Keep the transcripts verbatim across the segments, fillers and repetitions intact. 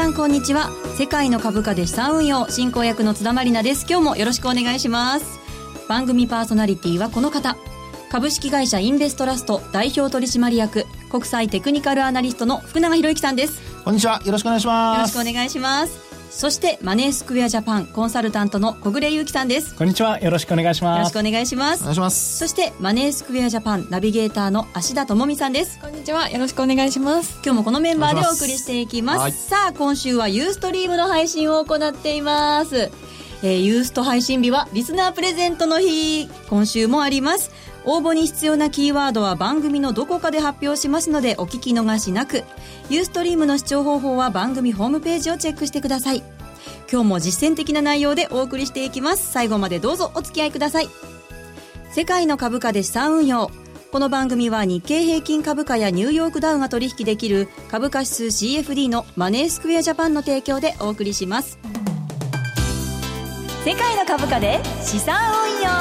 んこんにちは。世界の株価で資産運用進行役の津田まりなです。今日もよろしくお願いします。番組パーソナリティはこの方、株式会社インベストラスト代表取締役国際テクニカルアナリストの福永博之さんです。 こんにちは、よろしくお願いします。 よろしくお願いします。そしてマネースクエアジャパンコンサルタントの小暮優樹さんです。 こんにちは、よろしくお願いします。 よろしくお願いします。 お願いします。 そしてマネースクエアジャパンナビゲーターの芦田智美さんです。 こんにちは、よろしくお願いします。 今日もこのメンバーでお送りしていきます。 はい、 さあ今週はユーストリームの配信を行っています。えー、ユースト配信日はリスナープレゼントの日、今週もあります。応募に必要なキーワードは番組のどこかで発表しますのでお聞き逃しなく。ユーストリームの視聴方法は番組ホームページをチェックしてください。今日も実践的な内容でお送りしていきます。最後までどうぞお付き合いください。世界の株価で資産運用。この番組は日経平均株価やニューヨークダウが取引できる株価指数 シーエフディー のマネースクエアジャパンの提供でお送りします。世界の株価で資産運用。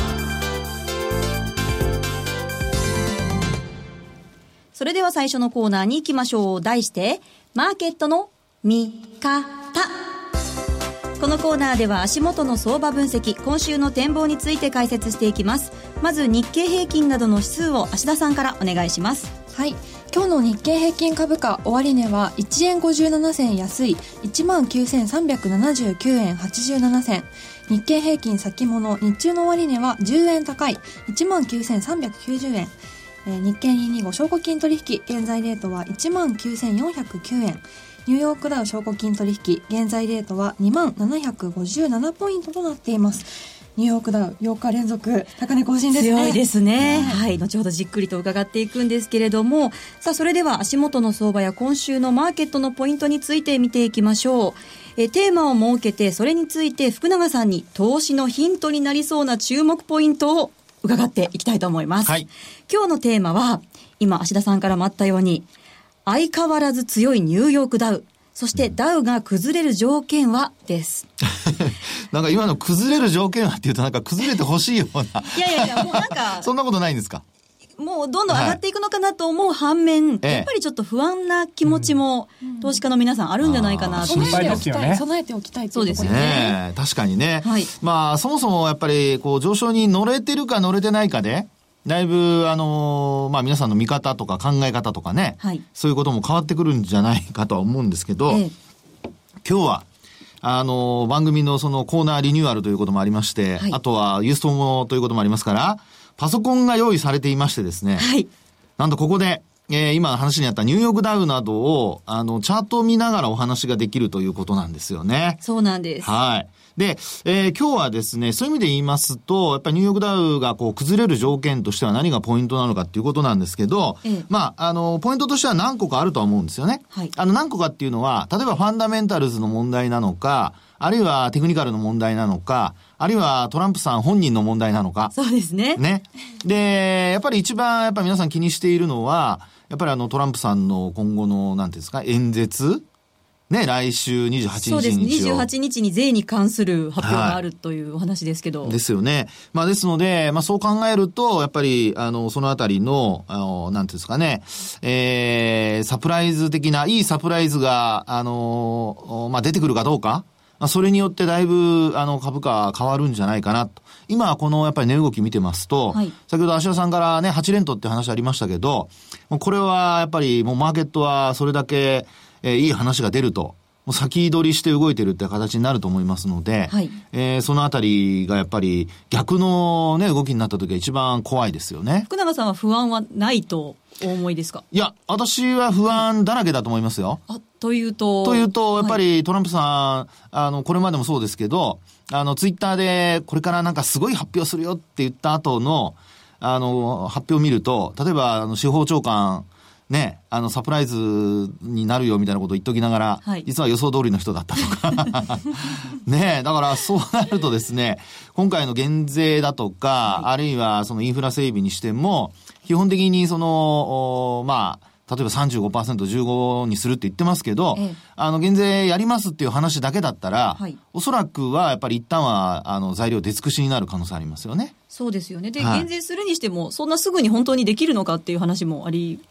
それでは最初のコーナーに行きましょう。題してマーケットの見方。このコーナーでは足元の相場分析、今週の展望について解説していきます。まず日経平均などの指数を芦田さんからお願いします。 はい、今日の日経平均株価終値はいちえんごじゅうななせん安い いちまんきゅうせんさんびゃくななじゅうきゅうえんはちじゅうななせん。日経平均先物日中の終値はじゅうえん高い いちまんきゅうせんさんびゃくきゅうじゅうえん。えー、日経にひゃくにじゅうご証拠金取引現在レートは いちまんきゅうせんよんひゃくきゅうえん。ニューヨークダウ証拠金取引現在レートは にまんななひゃくごじゅうななポイントとなっています。ニューヨークダウよっか連続高値更新ですね。 強いですね、はい、後ほどじっくりと伺っていくんですけれども、さあそれでは足元の相場や今週のマーケットのポイントについて見ていきましょう。えテーマを設けてそれについて福永さんに投資のヒントになりそうな注目ポイントを伺っていきたいと思います。はい、今日のテーマは今芦田さんからもあったように相変わらず強いニューヨークダウ、そしてダウが崩れる条件はですなんか今の崩れる条件はっていうとなんか崩れてほしいようないやいやいやもうなんかそんなことないんですか。 もうどんどん上がっていくのかなと思う反面、はい、やっぱりちょっと不安な気持ちも投資家の皆さんあるんじゃないかなと、 うん、備えておきたい、備えておきたい。 そうですよね。 確かにね、 はい、 まあそもそもやっぱりこう上昇に乗れてるか乗れてないかでだいぶあのー、まあ皆さんの見方とか考え方とかね、はい、そういうことも変わってくるんじゃないかとは思うんですけど、ええ、今日はあのー、番組のそのコーナーリニューアルということもありまして、はい、あとはユーストもということもありますからパソコンが用意されていましてですね、はい、なんとここで、えー、今話にあったニューヨークダウなどをあのチャートを見ながらお話ができるということなんですよね。 そうなんです。 はい。で、えー、今日はですね、そういう意味で言いますと、やっぱりニューヨークダウがこう崩れる条件としては何がポイントなのかっていうことなんですけど、ええ、まあ、あの、ポイントとしては何個かあるとは思うんですよね。はい。あの、何個かっていうのは、例えばファンダメンタルズの問題なのか、あるいはテクニカルの問題なのか、あるいはトランプさん本人の問題なのか。 そうですね。 ね。で、やっぱり一番、やっぱり皆さん気にしているのは、やっぱりあの、トランプさんの今後の、なんていうんですか、演説ね、来週にじゅうはちにちにそうです。にじゅうはちにちに税に関する発表があるというお話ですけど。 はい、ですよね。まあですので、まあそう考えると、やっぱり、あの、そのあたりの、あの、なんていうんですかね、えー、サプライズ的な、いいサプライズが、あの、まあ出てくるかどうか、まあそれによってだいぶ、あの、株価変わるんじゃないかなと。今、このやっぱり値動き見てますと、はい、先ほど芦田さんからね、はち連投って話ありましたけど、もうこれはやっぱりもうマーケットはそれだけ、えー、いい話が出ると、もう先取りして動いてるって形になると思いますので、はい、えー、そのあたりがやっぱり逆のね、動きになった時が一番怖いですよね。 福永さんは不安はないとお思いですか？ いや、私は不安だらけだと思いますよ。 あ、というとというと、やっぱりトランプさん、はい、あの、これまでもそうですけど、あの、ツイッターでこれからなんかすごい発表するよって言った後の、あの、発表を見ると、例えば、あの、司法長官、ね、あの、サプライズになるよみたいなことを言っときながら、はい、実は予想通りの人だったとか。ね、だからそうなるとですね、今回の減税だとか、はい、あるいはそのインフラ整備にしても、基本的にその、まあ、例えば さんじゅうごパーセント、じゅうご にするって言ってますけど、ええ、あの、減税やりますっていう話だけだったら、はい、おそらくはやっぱり一旦は、あの、材料出尽くしになる可能性ありますよね。 そうですよね。で、はい、減税するにしても、そんなすぐに本当にできるのかっていう話もありますよね。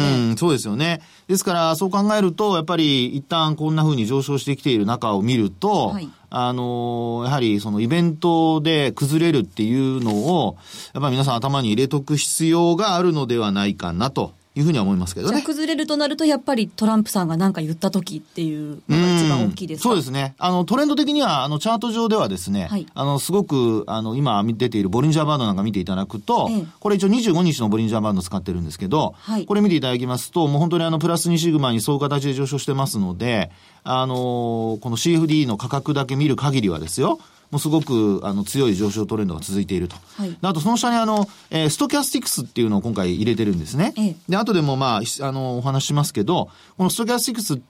うん、そうですよね。ですから、そう考えると、やっぱり一旦こんな風に上昇してきている中を見ると、はい、あの、やはりそのイベントで崩れるっていうのを、やっぱり皆さん頭に入れとく必要があるのではないかなというふうには思いますけどね。 じゃあ崩れるとなると、やっぱりトランプさんが何か言った時っていうのが一番大きいですか？ そうですね。あの、トレンド的には、あの、チャート上ではですね、はい、あの、すごく、あの、今出ているボリンジャーバンドなんか見ていただくと、ええ、これ一応にじゅうごにちのボリンジャーバンド使ってるんですけど、はい、これ見ていただきますと、もう本当にあの、プラスにシグマにそういう形で上昇してますので、あの、この シーエフディー の価格だけ見る限りはですよ、もうすごくあの強い上昇トレンドが続いていると。はい、あとその下にあの、えー、ストキャスティクスっていうのを今回入れてるんですね。ええ、で、後でもまあ、あの、お話しますけど、このストキャスティクスって、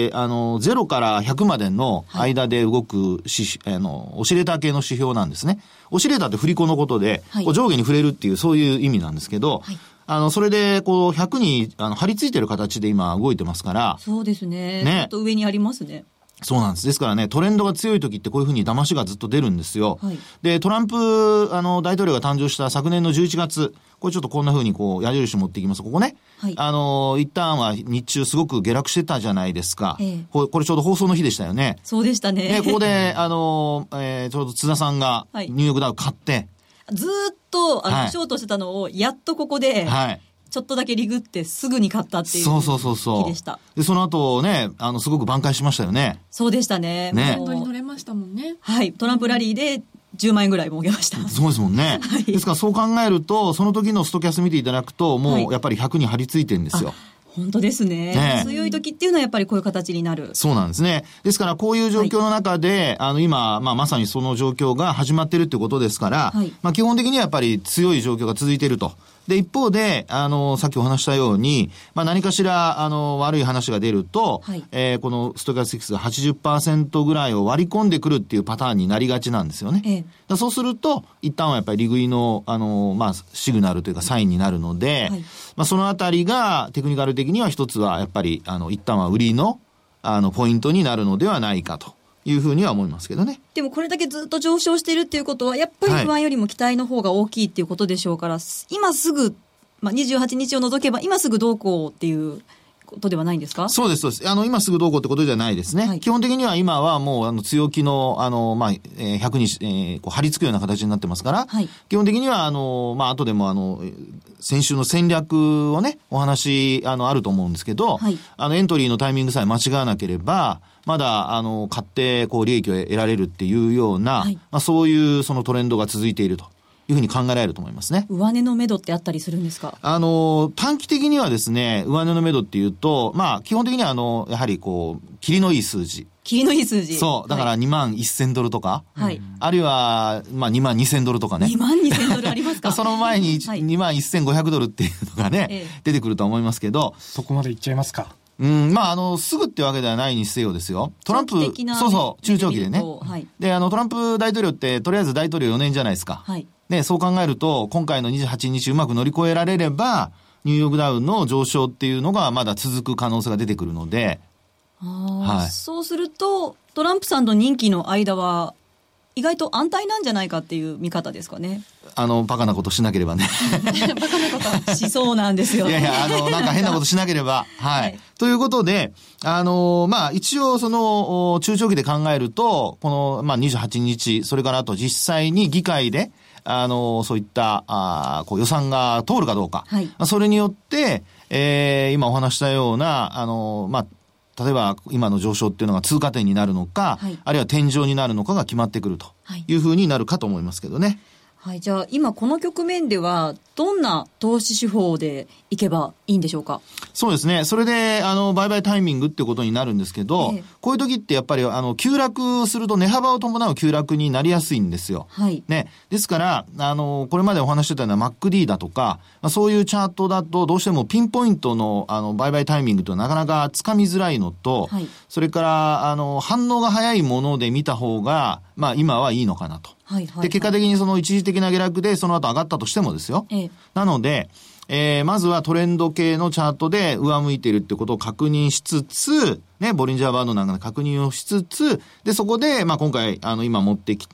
あの、ゼロからひゃくまでの間で動くし、はい、あの、オシレーター系の指標なんですね。オシレーターって振り子のことで、はい、こう上下に触れるっていうそういう意味なんですけど、はい、あの、それで、こう、ひゃくにあの張り付いてる形で今動いてますから。 そうですね。ね。ちょっと上にありますね。 そうなんです。ですからね、トレンドが強い時ってこういうふうに騙しがずっと出るんですよ。はい、で、トランプ、あの、大統領が誕生した昨年のじゅういちがつ、これちょっとこんなふうにこう、矢印持っていきます。ここね。はい、あの、一旦は日中すごく下落してたじゃないですか。ええ、これちょうど放送の日でしたよね。 そうでしたね。 で、ここで、あの、えー、ちょうど津田さんがニューヨークダウ買って、 はい、ずーっと、あの、はい、ショートしてたのを、やっとここで、はい。ちょっとだけリグってすぐに買ったっていうそうそうそうそう日でした。 で、その後ね、あの、すごく挽回しましたよね。 そうでしたね。 ね。トレンドに乗れましたもんね。 はい。トランプラリーでじゅうまんえんぐらい儲けました。 そうですもんね。はい。ですからそう考えると、その時のストキャス見ていただくと、もうやっぱりひゃくに張り付いてるんですよ。はい、 本当ですね。ね。強い時っていうのはやっぱりこういう形になる。 そうなんですね。ですからこういう状況の中で、はい、あの今、まあまさにその状況が始まってるってことですから、はい、まあ基本的にはやっぱり強い状況が続いていると。で、一方で、あの、さっきお話したように、まあ何かしら、あの、悪い話が出ると、はい、えー、このストキャスティクスが はちじゅっパーセント ぐらいを割り込んでくるっていうパターンになりがちなんですよね。ええ、だそうすると、一旦はやっぱり利食いの、あの、まあ、シグナルというかサインになるので、はい、まあそのあたりがテクニカル的には一つはやっぱり、あの、一旦は売りの、あの、ポイントになるのではないかと。いうふうには思いますけどね。 でもこれだけずっと上昇しているっていうことは、やっぱり不安よりも期待の方が大きいっていうことでしょうから、はい、今すぐ、まあ、にじゅうはちにちを除けば今すぐどうこうっていうことではないんですか？ そうです、そうです。あの、今すぐどうこうってことじゃないですね。はい、基本的には今はもう、あの、強気の、あの、まあ、えー、ひゃくに、えー、こう、張り付くような形になってますから、はい、基本的には、あの、まあ、後でも、あの、先週の戦略をね、お話、あの、あると思うんですけど、はい、あの、エントリーのタイミングさえ間違わなければ、まだ、あの、買って、こう、利益を得られるっていうような、はい、まあ、そういう、そのトレンドが続いていると。いうふうに考えられると思いますね。 上値の目処ってあったりするんですか？ あの、短期的にはですね、上値の目処っていうと、まあ、基本的にはあの、やはりこう、切りのいい数字。 切りのいい数字。 そう。だからにまんせんドルとか。はい。あるいは、まあにまんにせんドルとかね。 にまんにせんドルありますか？ その前ににまんせんごひゃくドルっていうのがね、ええ、出てくると思いますけど。 そこまでいっちゃいますか？ うん、まあ、あの、すぐってわけではないにせよですよ。トランプ、そうそう、中長期でね。はい。で、あの、トランプ大統領って、とりあえず大統領よねんじゃないですか。はい。ね、そう考えると、今回のにじゅうはちにちうまく乗り越えられれば、ニューヨークダウンの上昇っていうのがまだ続く可能性が出てくるので。 あはい。そうすると、トランプさんと任期の間は、意外と安泰なんじゃないかっていう見方ですかね。 あの、バカなことしなければね。 バカなことしそうなんですよ。 いやいや、あの、なんか変なことしなければ。はい。はい、ということで、あの、まあ、一応その、中長期で考えると、この、まあ、にじゅうはちにち、それからあと実際に議会で、あの、そういった、あこう予算が通るかどうか。はい。それによって、えー、今お話したような、あの、まあ、例えば今の上昇っていうのが通過点になるのか、はい、あるいは天井になるのかが決まってくるというふうになるかと思いますけどね。 はい、じゃあ今この局面ではどんな投資手法でいけばいいんでしょうか？ そうですね。それであの売買タイミングっていうことになるんですけど、ええ、こういう時ってやっぱりあの急落すると値幅を伴う急落になりやすいんですよ。はい。ね。ですからあのこれまでお話してたような マックディー だとか、まあ、そういうチャートだとどうしてもピンポイントのあの売買タイミングとなかなかつかみづらいのと、はい、それからあの反応が早いもので見た方がまあ今はいいのかなと。はいはいはい、で、結果的にその一時的な下落でその後上がったとしてもですよ。ええ、なので、えー、まずはトレンド系のチャートで上向いているってことを確認しつつ、ね、ボリンジャーバンドなんかで確認をしつつ、で、そこで、まあ今回、あの、今持ってきた、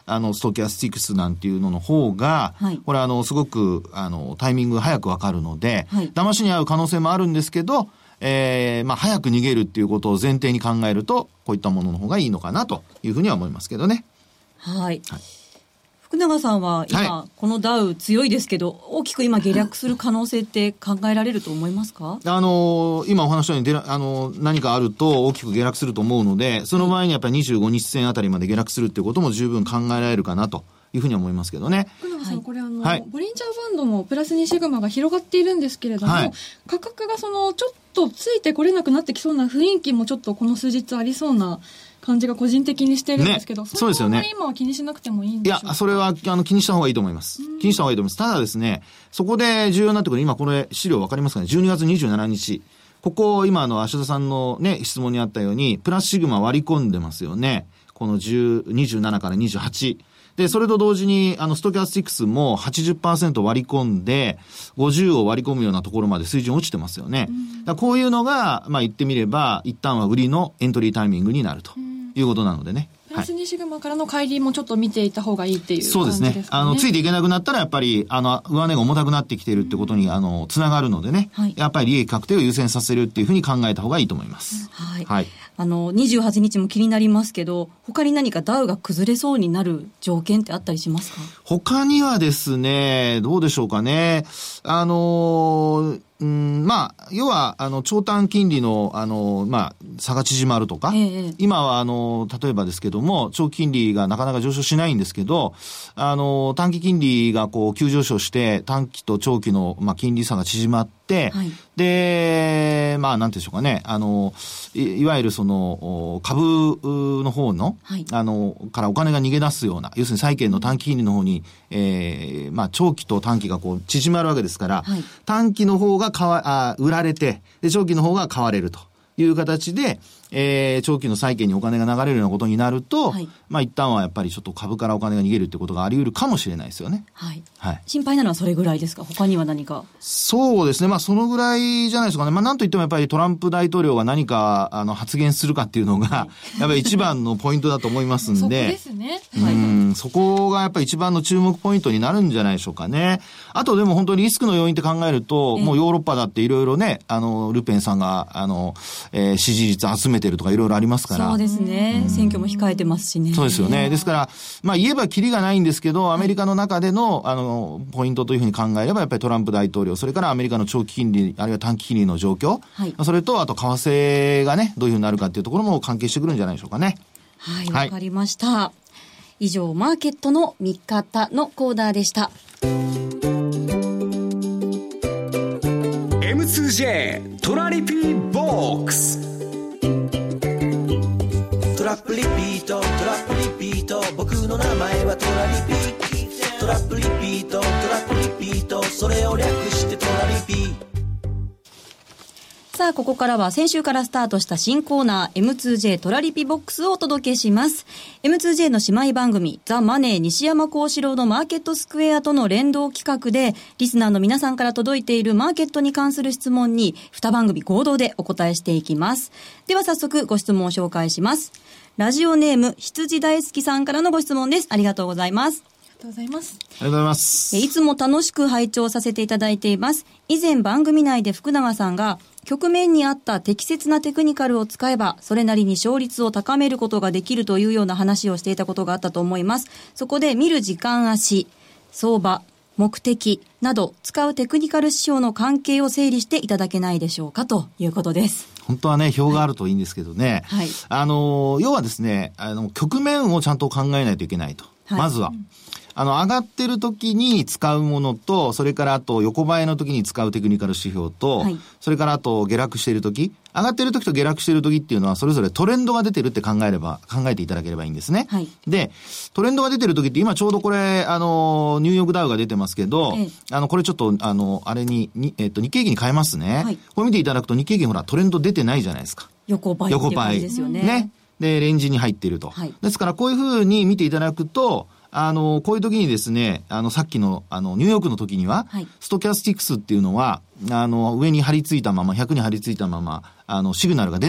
あの、ストキャスティクスなんていうのの方が、はい、これあの、すごく、あの、タイミングが早くわかるので、はい、騙しに遭う可能性もあるんですけど、えー、まあ、早く逃げるっていうことを前提に考えると、こういったものの方がいいのかなというふうには思いますけどね。 はい。はい、福永さんは今、はい、このダウ強いですけど、大きく今下落する可能性って考えられると思いますか？ あのー、今お話したように、あのー、何かあると大きく下落すると思うので、その場合にやっぱりにじゅうごにち線あたりまで下落するっていうことも十分考えられるかなというふうに思いますけどね。 福永さん、はい、これあの、 はい、 ボリンジャーバンドもプラスにシグマが広がっているんですけれども、はい、価格がそのちょっとついてこれなくなってきそうな雰囲気もちょっとこの数日ありそうな感じが個人的にしてるんですけど、ね、 そうですよね。 今は気にしなくてもいいんでしょうか？ いや、それはあの気にした方がいいと思います。気にした方がいいと思います。ただですね、そこで重要になってくる、今これ資料わかりますかね、じゅうにがつにじゅうしちにち、ここ今の芦田さんのね質問にあったようにプラスシグマ割り込んでますよね。このじゅう、にじゅうななからにじゅうはちで、それと同時に、あの、ストキャスティクスも はちじゅっパーセント 割り込んで、ごじゅうを割り込むようなところまで水準落ちてますよね。だこういうのが、まあ言ってみれば、一旦は売りのエントリータイミングになるということなのでね。 プラスにシグマからの帰りもちょっと見ていた方がいいっていう感じですかね。 そうですね。あの、ついていけなくなったら、やっぱり、あの、上値が重たくなってきているってことに、あの、つながるのでね。はい、やっぱり利益確定を優先させるっていうふうに考えた方がいいと思います。 はい。はい。あの、にじゅうはちにちも気になりますけど、他に何かダウが崩れそうになる条件ってあったりしますか？ 他にはですね、どうでしょうかね。あの、うん、まあ、要は、あの、長短金利の、あの、まあ、差が縮まるとか、ええ、今は、あの、例えばですけども、長期金利がなかなか上昇しないんですけど、あの、短期金利がこう、急上昇して、短期と長期の、まあ、金利差が縮まって、はい、で、まあ、なんていうんでしょうかね、あの、い, いわゆるその、株の方の、はい、あの、からお金が逃げ出すような、要するに債券の短期金利の方に、えー、まあ、長期と短期がこう、縮まるわけですから、はい、短期の方が買わあ売られて、で、長期の方が買われるという形で、えー、長期の債券にお金が流れるようなことになると、はい、まあ一旦はやっぱりちょっと株からお金が逃げるってことがあり得るかもしれないですよね。 はい。はい。心配なのはそれぐらいですか？他には何か？ そうですね。まあそのぐらいじゃないですかね。まあなんといってもやっぱりトランプ大統領が何かあの発言するかっていうのが、はい、やっぱり一番のポイントだと思いますんで。そこですね。 はい。うん、そこがやっぱり一番の注目ポイントになるんじゃないでしょうかね。あとでも本当にリスクの要因って考えると、もうヨーロッパだっていろいろね、あの、ルペンさんが、あの、えー、支持率集めてるとかいろいろありますから。 そうですね、うん。選挙も控えてますしね。 そうですよね。ですから、まあ言えばキリがないんですけど、アメリカの中での、あの、ポイントというふうに考えれば、やっぱりトランプ大統領、それからアメリカの長期金利、あるいは短期金利の状況、はい、それと、あと為替がね、どういうふうになるかっていうところも関係してくるんじゃないでしょうかね。 はい、わ、はい、かりました。以上、マーケットの見方のコーナーでした。 エムツージェー トラリピーボックス。トラップリピート、トラップリピート、僕の名前はトラリピ。トラップリピート、トラップリピート、それを略してトラリピ。 さあ、ここからは先週からスタートした新コーナー エムツージェー トラリピボックスをお届けします。エムツージェー の姉妹番組ザ・マネー西山幸四郎のマーケットスクエアとの連動企画で、リスナーの皆さんから届いているマーケットに関する質問にに番組合同でお答えしていきます。では早速ご質問を紹介します。ラジオネーム羊大好きさんからのご質問です。ありがとうございます。 ありがとうございます。 ありがとうございます。 いつも楽しく拝聴させていただいています。以前番組内で福永さんが局面に合った適切なテクニカルを使えばそれなりに勝率を高めることができるというような話をしていたことがあったと思います。そこで見る時間足、相場、目的など使うテクニカル指標の関係を整理していただけないでしょうかということです。 本当はね、表があるといいんですけどね。はい。あの、要はですね、あの、局面をちゃんと考えないといけないと。はい、まずは。うんあの、上がってる時に使うものと、それからあと横ばいの時に使うテクニカル指標と、はい、それからあと下落している時、上がってる時と下落している時っていうのはそれぞれトレンドが出てるって考えれば、考えていただければいいんですね。はい、で、トレンドが出てる時って今ちょうどこれ、あの、ニューヨークダウが出てますけど、ええ、あの、これちょっと、あの、あれに、にえっと、日経平均に変えますね。はい、これ見ていただくと日経平均ほらトレンド出てないじゃないですか。 横ばいっていう感じですよね。 ね。で、レンジに入っていると。はい、ですからこういうふうに見ていただくと、あの、こういう時にですね、あの、さっきの、あの、ニューヨークの時には、はい、ストキャスティクスっていうのは、あの、上に張り付いたまま、ひゃくに張り付いたまま、あの、シグナルが出ない。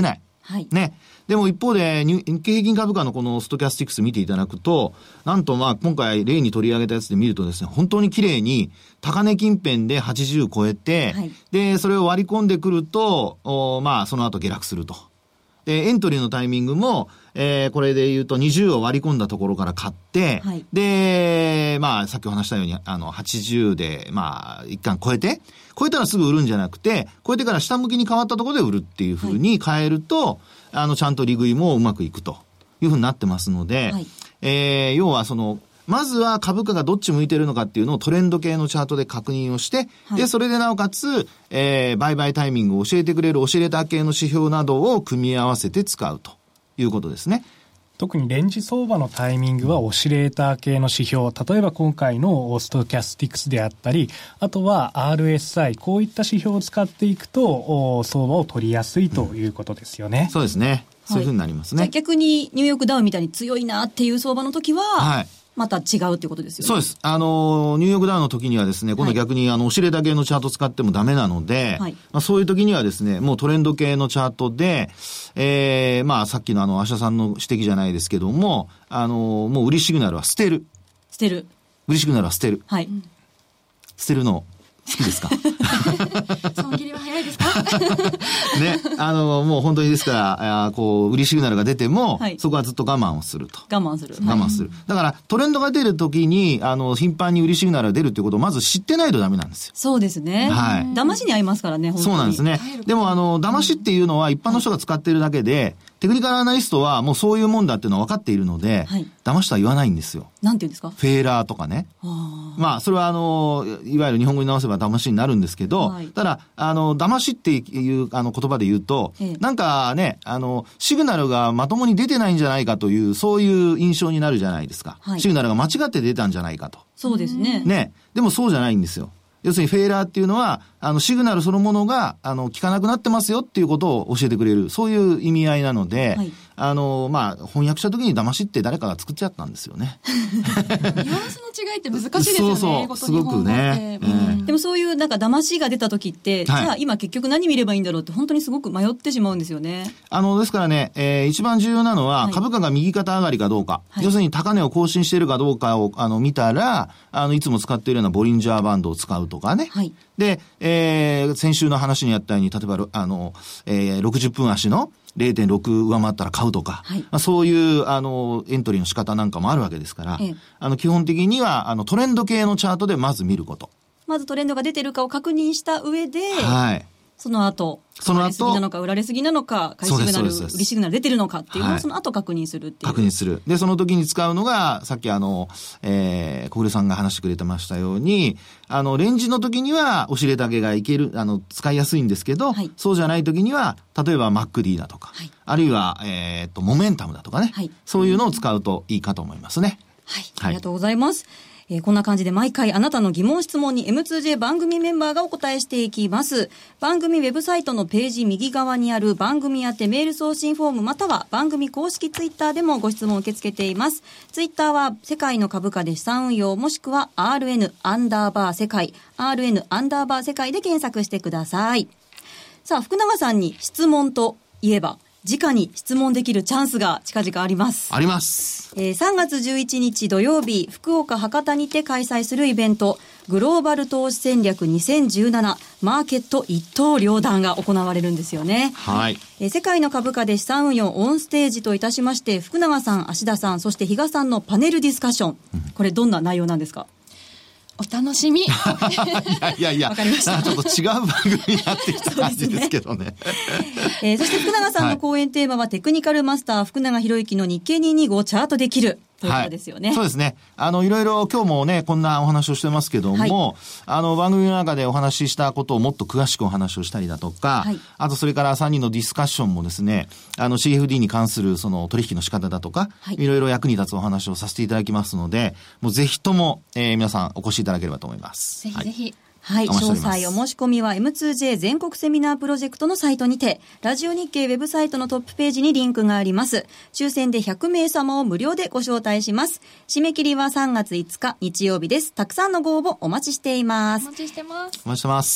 はい。 ね。でも一方で、日経平均株価のこのストキャスティクス見ていただくと、なんとまあ今回例に取り上げたやつで見るとですね、本当に綺麗に高値近辺ではちじゅう超えて、はい、で、それを割り込んでくると、おまあその後下落すると。で、エントリーのタイミングも、えー、これで言うとにじゅうを割り込んだところから買って、はい、で、まあさっきお話したように、あの、はちじゅうで、まあ一旦超えて、超えたらすぐ売るんじゃなくて、超えてから下向きに変わったところで売るっていう風に変えると、はい、あの、ちゃんと利食いもうまくいくという風になってますので、はい、えー、要はその、まずは株価がどっち向いてるのかっていうのをトレンド系のチャートで確認をして、はい、で、それでなおかつ、えー、売買タイミングを教えてくれるオシレーター系の指標などを組み合わせて使うということですね。 特にレンジ相場のタイミングはオシレーター系の指標、例えば今回のストキャスティクスであったり、あとは アールエスアイ、こういった指標を使っていくと相場を取りやすいということですよね。 うん、そうですね。そういうふうになりますね。 はい、じゃあ逆にニューヨークダウンみたいに強いなっていう相場の時は、はい、また違うっていうことですよね。 そうです。あの、ニューヨークダウンの時にはですね、今度逆に、はい、あの、オシレーター系のチャート使ってもダメなので、はい、まあ、そういう時にはですね、もうトレンド系のチャートで、えー、まあ、さっきのあの、芦田さんの指摘じゃないですけども、あの、もう売りシグナルは捨てる。 捨てる。 売りシグナルは捨てる。 はい。 捨てるの好きですか？ 損切りは早いですか？ ね、あの、もう本当にですから、あこう、売りシグナルが出ても、はい、そこはずっと我慢をすると。 我慢する。 我慢する。はい、だから、トレンドが出るときに、あの、頻繁に売りシグナルが出るということをまず知ってないとダメなんですよ。 そうですね。はい。騙しに合いますからね、本当に。 そうなんですね。でも、あの、騙しっていうのは一般の人が使っているだけで、テクニカルアナリストはもうそういうもんだっていうのは分かっているので、はい、騙しとは言わないんですよ。 なんて言うんですか？ フェーラーとかね。まあ、それはあの、いわゆる日本語に直せば騙しになるんですけど、はい、ただ、あの、騙しっていうあの言葉で言うと、ええ、なんかね、あの、シグナルがまともに出てないんじゃないかという、そういう印象になるじゃないですか。はい、シグナルが間違って出たんじゃないかと。 そうですね。 ね。でもそうじゃないんですよ。要するにフェーラーっていうのは、あの、シグナルそのものが、あの、効かなくなってますよっていうことを教えてくれる、そういう意味合いなので、はい、あの、まあ、翻訳した時に騙しって誰かが作っちゃったんですよね。 ニュアンスの違いって難しいですよね。 そうそう、すごくね。 うん、でもそういうなんか騙しが出た時って、はい、じゃあ今結局何見ればいいんだろうって本当にすごく迷ってしまうんですよね。 あの、ですからね、えー、一番重要なのは、はい、株価が右肩上がりかどうか、はい、要するに高値を更新しているかどうかを、あの、見たら、あの、いつも使っているようなボリンジャーバンドを使うとかね。はい、で、えー、先週の話にあったように、例えば、あの、えー、ろくじゅっぷん足の れいてんろく 上回ったら買うとか、はい、まあ、そういう、あの、エントリーの仕方なんかもあるわけですから、ええ、あの、基本的には、あの、トレンド系のチャートでまず見ること。 まずトレンドが出てるかを確認した上で、 はい。 その後、その後、売られすぎなのか売られすぎなのか、買いシグナル、売りシグナル出てるのかっていうのをその後確認するっていう。 確認する。で、その時に使うのが、さっきあの、えー、小暮さんが話してくれてましたように、あの、レンジの時には、オシレタゲがいける、あの、使いやすいんですけど、はい、そうじゃない時には、例えば マックディー だとか、はい、あるいは、えっと、モメンタムだとかね、はい、そういうのを使うといいかと思いますね。 はい。ありがとうございます。えー、こんな感じで毎回あなたの疑問質問に エムツージェー 番組メンバーがお答えしていきます。番組ウェブサイトのページ右側にある番組宛てメール送信フォームまたは番組公式ツイッターでもご質問を受け付けています。ツイッターは世界の株価で資産運用もしくは アールエヌ アンダーバー世界 アールエヌ アンダーバー世界で検索してください。さあ、福永さんに質問といえば直に質問できるチャンスが近々あります。 あります。 えー、さんがつじゅういちにち土曜日、福岡博多にて開催するイベント、グローバル投資戦略にせんじゅうななマーケット一刀両断が行われるんですよね。 はい。 えー、世界の株価で資産運用オンステージといたしまして、福永さん、芦田さん、そして比嘉さんのパネルディスカッション。うん、これどんな内容なんですか？ お楽しみ。いやいやいや、わかりました。ちょっと違う番組になってきた感じですけどね。ねえー、そして福永さんの講演テーマは、はい、テクニカルマスター福永博之の日経にひゃくにじゅうごチャートできる。ということですよね。 はい、そうですね。あの、いろいろ今日もね、こんなお話をしてますけども、はい、あの、番組の中でお話ししたことをもっと詳しくお話をしたりだとか、はい、あとそれからさんにんのディスカッションもですね、あの シーエフディー に関するその取引の仕方だとか、はい、いろいろ役に立つお話をさせていただきますので、もうぜひとも、えー、皆さんお越しいただければと思います。 ぜひぜひ。はいはい、詳細お申し込みは エムツージェー 全国セミナープロジェクトのサイトにて、ラジオ日経ウェブサイトのトップページにリンクがあります。抽選でひゃくめいさまを無料でご招待します。締め切りはさんがついつか日曜日です。たくさんのご応募お待ちしています。 お待ちしてます。 お待ちしてます。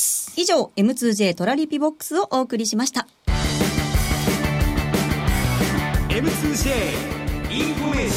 以上、エムツージェー トラリピボックスをお送りしました。 エムツージェー インフォメーション。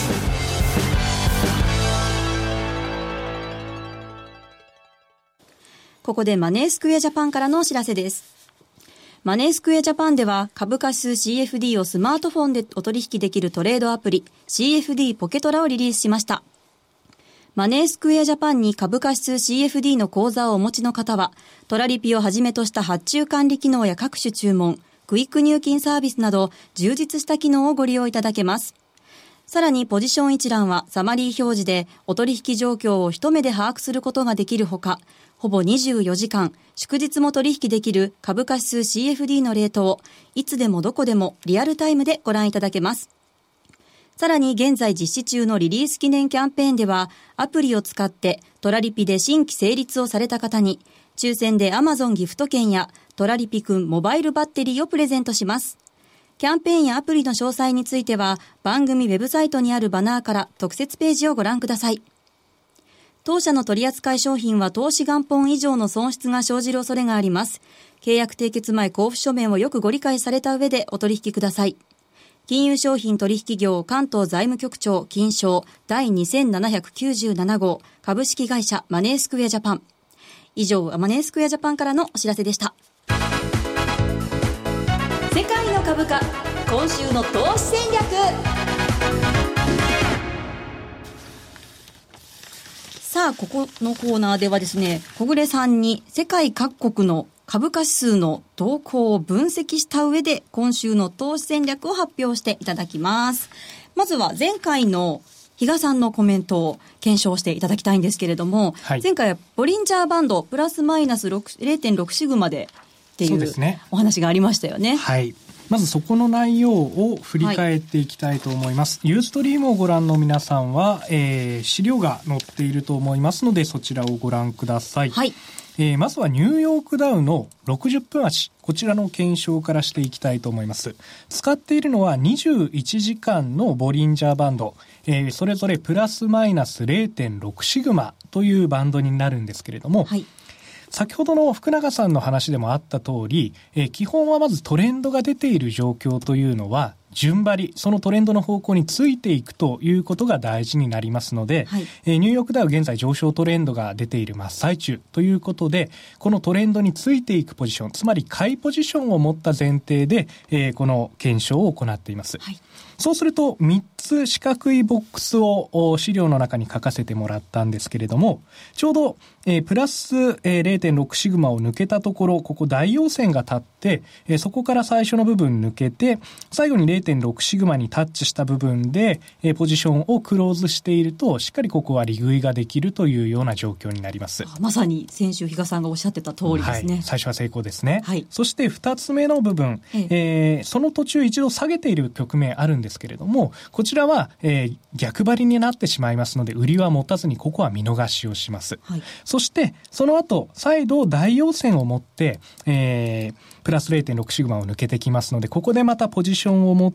ここでマネースクエアジャパンからのお知らせです。マネースクエアジャパンでは株価指数 シーエフディー をスマートフォンでお取引できるトレードアプリ シーエフディー ポケトラをリリースしました。マネースクエアジャパンに株価指数 シーエフディー の口座をお持ちの方は、トラリピをはじめとした発注管理機能や各種注文、クイック入金サービスなど充実した機能をご利用いただけます。さらにポジション一覧はサマリー表示でお取引状況を一目で把握することができるほか、ほぼにじゅうよじかん、祝日も取引できる株価指数 シーエフディー のレートをいつでもどこでもリアルタイムでご覧いただけます。さらに現在実施中のリリース記念キャンペーンでは、アプリを使ってトラリピで新規成立をされた方に、抽選で Amazon ギフト券やトラリピくんモバイルバッテリーをプレゼントします。キャンペーンやアプリの詳細については、番組ウェブサイトにあるバナーから特設ページをご覧ください。当社の取扱い商品は投資元本以上の損失が生じる恐れがあります。契約締結前交付書面をよくご理解された上でお取引ください。金融商品取引業関東財務局長金賞第にせんななひゃくきゅうじゅうなな号株式会社マネースクエアジャパン。以上、マネースクエアジャパンからのお知らせでした。世界の株価、今週の投資戦略。さあ、ここのコーナーではですね、小暮さんに世界各国の株価指数の動向を分析した上で今週の投資戦略を発表していただきます。まずは前回の比嘉さんのコメントを検証していただきたいんですけれども、はい、前回はボリンジャーバンドプラスマイナス れいてんろく シグマでっていうお話がありましたよね。 はい。まずそこの内容を振り返っていきたいと思います。はい、ユーストリームをご覧の皆さんは、えー、資料が載っていると思いますので、そちらをご覧ください。はい。えー、まずはニューヨークダウのろくじゅっぷん足、こちらの検証からしていきたいと思います。使っているのはにじゅういちじかんのボリンジャーバンド、えー、それぞれプラスマイナス れいてんろく シグマというバンドになるんですけれども、はい、先ほどの福永さんの話でもあった通り、えー、基本はまずトレンドが出ている状況というのは順張り、そのトレンドの方向についていくということが大事になりますので、はい、えー、ニューヨークダウ現在上昇トレンドが出ている真っ最中ということで、このトレンドについていくポジション、つまり買いポジションを持った前提で、えー、この検証を行っています。はい、そうするとみっつ四角いボックスを資料の中に書かせてもらったんですけれども、ちょうど、えー、プラス、えー、れいてんろく シグマを抜けたところ、ここ大陽線が立って、えー、そこから最初の部分抜けて、最後に れいてんろく シグマにタッチした部分で、えー、ポジションをクローズしていると、しっかりここは利食いができるというような状況になります。 まさに先週比嘉さんがおっしゃってた通りですね。 はい、最初は成功ですね。はい、そしてふたつめの部分、えーえー、その途中一度下げている局面あるんですけれども、こちらは、えー、逆張りになってしまいますので、売りは持たずにここは見逃しをします。はい、そしてその後再度大陽線を持って、えー、プラス れいてんろく シグマを抜けてきますので、ここでまたポジションを持って、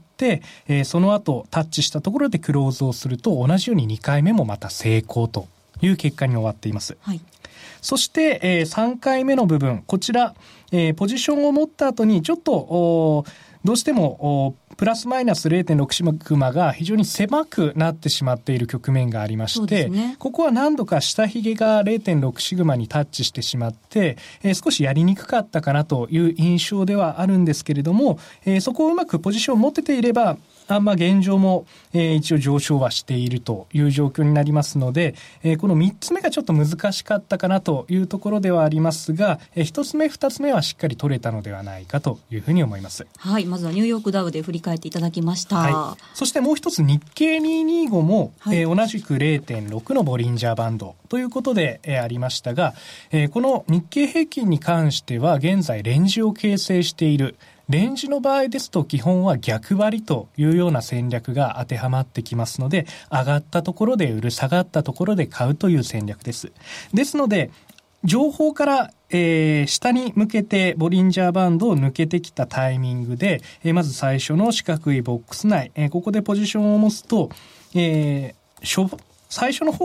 えー、その後タッチしたところでクローズをすると、同じようににかいめもまた成功という結果に終わっています。はい、そして、えー、さんかいめの部分、こちら、えー、ポジションを持った後にちょっとどうしてもプラスマイナス れいてんろく シグマが非常に狭くなってしまっている局面がありまして、ね、ここは何度か下髭が れいてんろく シグマにタッチしてしまって、えー、少しやりにくかったかなという印象ではあるんですけれども、えー、そこをうまくポジションを持てていれば、あんま現状も、えー、一応上昇はしているという状況になりますので、えー、このみっつめがちょっと難しかったかなというところではありますが、えー、ひとつめふたつめはしっかり取れたのではないかというふうに思います。 はい、まずはニューヨークダウで振り返っていただきました。 はい、そしてもう一つ日経にひゃくにじゅうごも、はい、えー、同じく れいてんろく のボリンジャーバンドということで、えー、ありましたが、えー、この日経平均に関しては現在レンジを形成している。レンジの場合ですと基本は逆張りというような戦略が当てはまってきますので、上がったところで売る、下がったところで買うという戦略です。ですので情報から、えー、下に向けてボリンジャーバンドを抜けてきたタイミングで、えー、まず最初の四角いボックス内、えー、ここでポジションを持つと、えー、最初の方は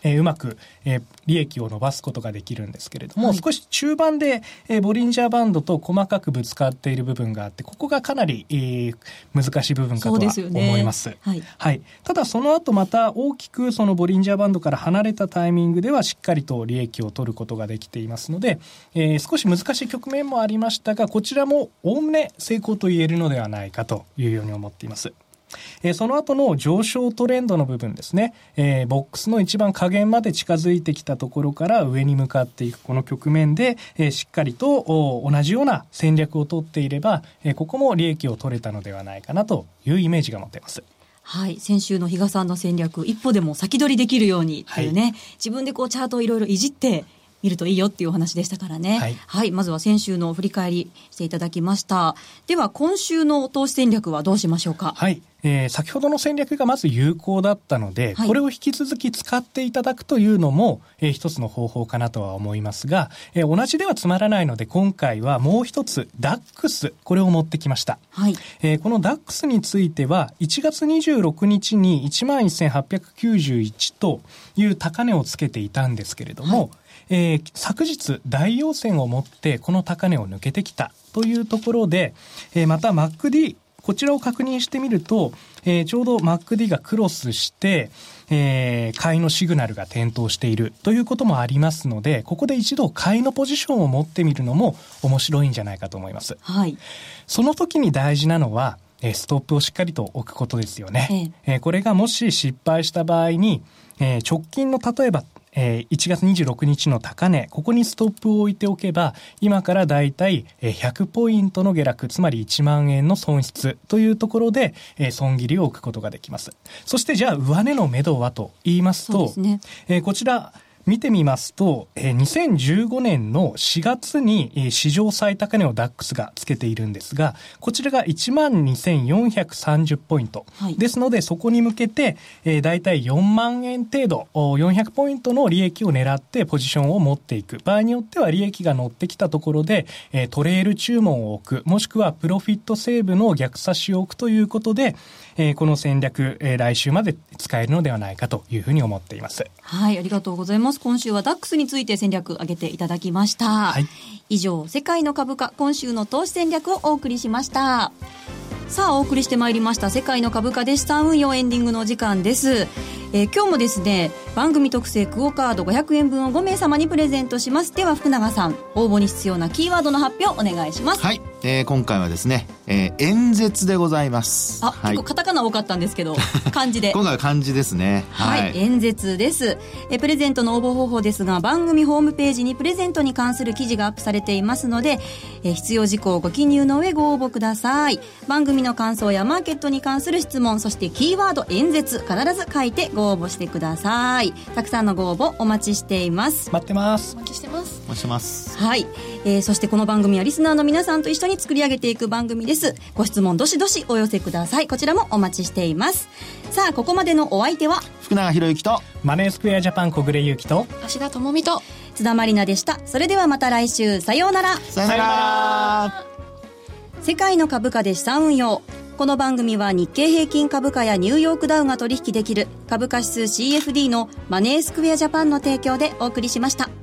えー、うまく、えー、利益を伸ばすことができるんですけれども、はい、少し中盤で、えー、ボリンジャーバンドと細かくぶつかっている部分があって、ここがかなり、えー、難しい部分かとは思います。はいはい、ただその後また大きくそのボリンジャーバンドから離れたタイミングではしっかりと利益を取ることができていますので、えー、少し難しい局面もありましたが、こちらもおおむね成功と言えるのではないかというように思っています。えー、その後の上昇トレンドの部分ですね、えー、ボックスの一番下限まで近づいてきたところから上に向かっていくこの局面で、えー、しっかりと同じような戦略を取っていれば、えー、ここも利益を取れたのではないかなというイメージが持てます。 はい、先週の比嘉さんの戦略、一歩でも先取りできるようにというね、はい、自分でこうチャートをいろいろいじって見るといいよっていうお話でしたからね。はい、はい、まずは先週の振り返りしていただきました。では今週の投資戦略はどうしましょうか。 はい、えー、先ほどの戦略がまず有効だったので、はい、これを引き続き使っていただくというのも、えー、一つの方法かなとは思いますが、えー、同じではつまらないので今回はもう一つ ダックス これを持ってきました。はい、えー、この ダックス についてはいちがつにじゅうろくにちに いちまんせんはっぴゃくきゅうじゅういち という高値をつけていたんですけれども、はい、えー、昨日大陽線を持ってこの高値を抜けてきたというところで、えー、また マックディー こちらを確認してみると、えー、ちょうど マックディー がクロスして、えー、買いのシグナルが点灯しているということもありますので、ここで一度買いのポジションを持ってみるのも面白いんじゃないかと思います。はい、その時に大事なのはストップをしっかりと置くことですよね。ええー、これがもし失敗した場合に、えー、直近の例えばえー、いちがつにじゅうろくにちの高値、ここにストップを置いておけば、今からだいたいひゃくポイントの下落、つまりいちまんえんの損失というところで、えー、損切りを置くことができます。そしてじゃあ上値の目処はと言いますと、そうですね、えー、こちら見てみますと、えー、にせんじゅうごねんのしがつに、えー、史上最高値を ダックス がつけているんですが、こちらが いちまんにせんよんひゃくさんじゅう ポイント、はい、ですのでそこに向けて、えー、だいたいよんまんえん程度よんひゃくポイントの利益を狙ってポジションを持っていく。場合によっては利益が乗ってきたところで、えー、トレール注文を置く、もしくはプロフィットセーブの逆差しを置くということで、えー、この戦略、えー、来週まで使えるのではないかというふうに思っています。 はい、ありがとうございます。今週は ダックス について戦略挙げていただきました。はい、以上、世界の株価今週の投資戦略をお送りしました。さあお送りしてまいりました世界の株価で資産運用エンディングの時間です。えー、今日もですね、番組特製クオカードごひゃくえんぶんをごめいさまにプレゼントします。では福永さん、応募に必要なキーワードの発表お願いします。 はい、えー、今回はですね、えー、演説でございます。 あ、はい、結構カタカナ多かったんですけど漢字で今回は漢字ですね。 はい、はい、演説です。えー、プレゼントの応募方法ですが、番組ホームページにプレゼントに関する記事がアップされていますので、えー、必要事項をご記入の上ご応募ください。番組の感想やマーケットに関する質問、そしてキーワード演説必ず書いてご応募してください。たくさんのご応募お待ちしています。 待ってます。 お待ちしてます。 お待ちしてます。 はい、えー、そしてこの番組はリスナーの皆さんと一緒に作り上げていく番組です。ご質問どしどしお寄せください。こちらもお待ちしています。さあここまでのお相手は福永博之とマネースクエアジャパン小暮優樹と芦田智美と津田まりなでした。それではまた来週、さようなら。 さようなら。 世界の株価で資産運用。この番組は日経平均株価やニューヨークダウが取引できる株価指数 シーエフディー のマネースクエアジャパンの提供でお送りしました。